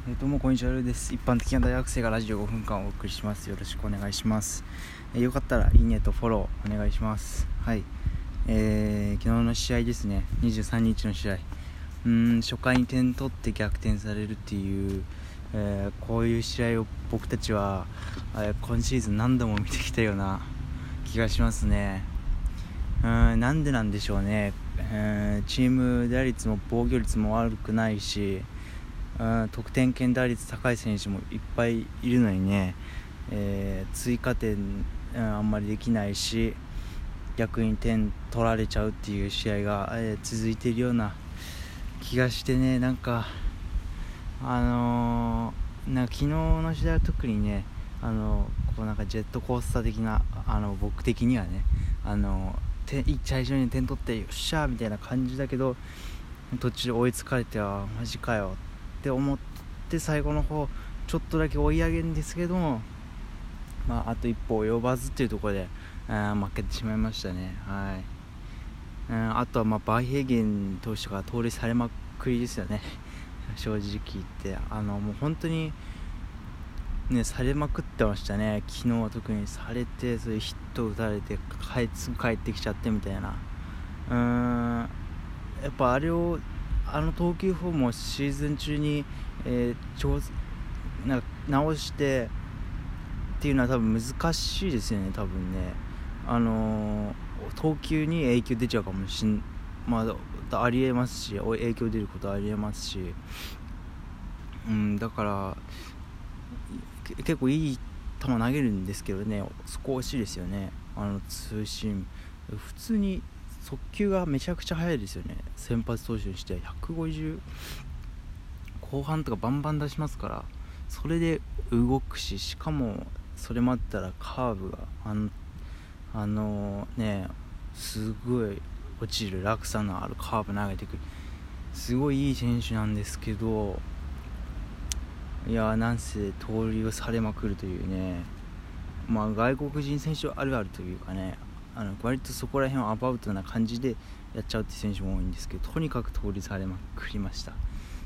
どうもこんにちは、ルーです。一般的な大学生がラジオ5分間お送りします。よろしくお願いします。よかったらいいねとフォローお願いします。はい。昨日の試合ですね。23日の試合。初回に点取って逆転されるっていう、こういう試合を僕たちは、今シーズン何度も見てきたような気がしますね。なんでなんでしょうね。チーム打率も防御率も悪くないし、得点圏打率高い選手もいっぱいいるのにね、追加点、あんまりできないし、逆に点取られちゃうっていう試合が、続いているような気がしてね。なんか昨日の試合は特にね、こうなんかジェットコースター的な、僕的にはね、最初に点取ってよっしゃーみたいな感じだけど、途中追いつかれてはマジかよって思って、最後の方ちょっとだけ追い上げるんですけども、あと一歩及ばずっていうところで、負けてしまいましたね。はい。あとはバイヘーゲン投手が盗塁されまくりですよね正直言って、もう本当にね、されまくってましたね。昨日は特にされて、そういうヒット打たれてすぐ帰ってきちゃってみたいな。やっぱあの投球フォームをシーズン中に、直してっていうのは多分難しいですよね。多分ね、投球に影響出ちゃうかもしん、ありえますし、影響出ることありえますし、だから結構いい球投げるんですけどね、少しですよね。通信普通に速球がめちゃくちゃ速いですよね。先発投手にして150後半とかバンバン出しますから、それで動くし、しかもそれもあったらカーブがすごい落ちる落差のあるカーブ投げてくる、すごいいい選手なんですけど、なんせ盗塁をされまくるというね、外国人選手あるあるというかね、割とそこら辺はアバウトな感じでやっちゃうって選手も多いんですけど、とにかく盗塁されまくりました。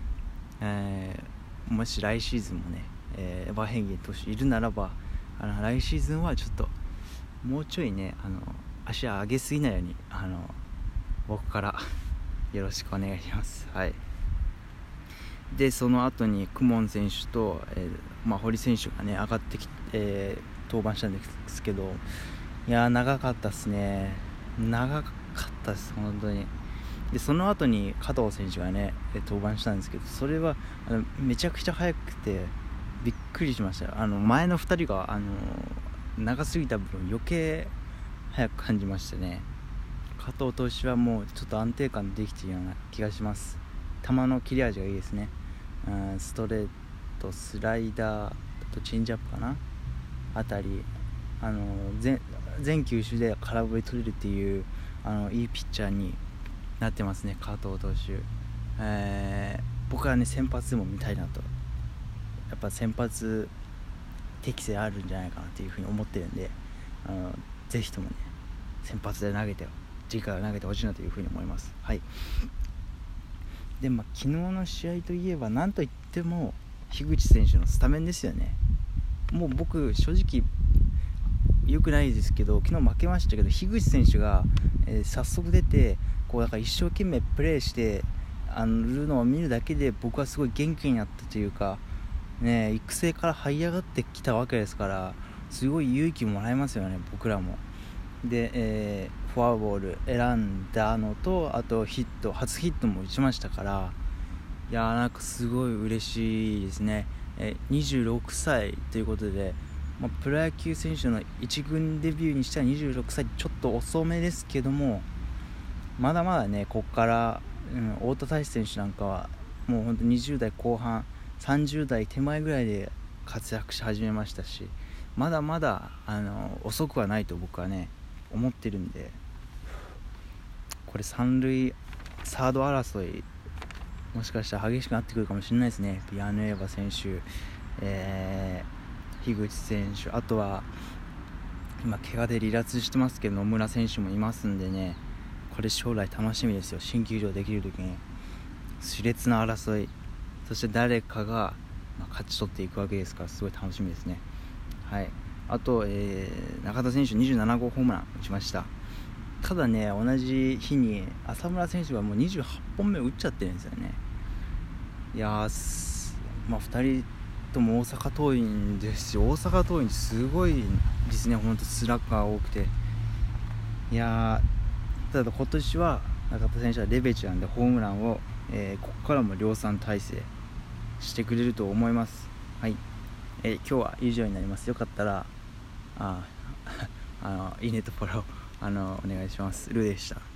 もし来シーズンもね、バーヘンゲン投手いるならば、来シーズンはちょっともうちょいね、足上げすぎないように、僕からよろしくお願いします。はい。でその後にクモン選手と、堀選手がね上がってきて、登板したんですけど、長かったですね。長かったです本当に。でその後に加藤選手がね登板したんですけど、それはめちゃくちゃ速くてびっくりしました。前の2人が長すぎた分余計速く感じましたね。加藤投手はもうちょっと安定感できているような気がします。球の切れ味がいいですね。ストレート、スライダーとチェンジアップかなあたり、全球種で空振り取れるっていういいピッチャーになってますね、加藤投手。僕はね先発でも見たいなと、やっぱ先発適性あるんじゃないかなっていうふうに思ってるんで、ぜひともね先発で次回は投げてほしいなというふうに思います。はい。で昨日の試合といえば何といっても樋口選手のスタメンですよね。もう僕正直良くないですけど、昨日負けましたけど、樋口選手が、早速出てだから一生懸命プレーしてるのを見るだけで僕はすごい元気になったというかね、育成から這い上がってきたわけですから、すごい勇気もらえますよね、僕らも。で、フォアボール選んだのと、あと初ヒットも打ちましたから、なんかすごい嬉しいですね。26歳ということで、プロ野球選手の一軍デビューにしては26歳ちょっと遅めですけども、まだまだねこっから、太田大志選手なんかはもう本当20代後半30代手前ぐらいで活躍し始めましたし、まだまだ遅くはないと僕はね思ってるんで、これ三塁サード争いもしかしたら激しくなってくるかもしれないですね。ビアヌエバ選手、樋口選手、あとは今怪我で離脱してますけど野村選手もいますんでね、これ将来楽しみですよ。新球場できるときに熾烈な争い、そして誰かが勝ち取っていくわけですから、すごい楽しみですね。はい。あと、中田選手27号ホームラン打ちました。ただね、同じ日に浅村選手がもう28本目打っちゃってるんですよね。いやー、2人とも大阪桐蔭ですし、大阪桐蔭すごいですね、ほんとスラッガー多くて。いやー、ただ今年は中田選手はレベチなんで、ホームランを、ここからも量産体制してくれると思います。はい。今日は以上になります。よかったらいいねとフォローお願いします。ルーでした。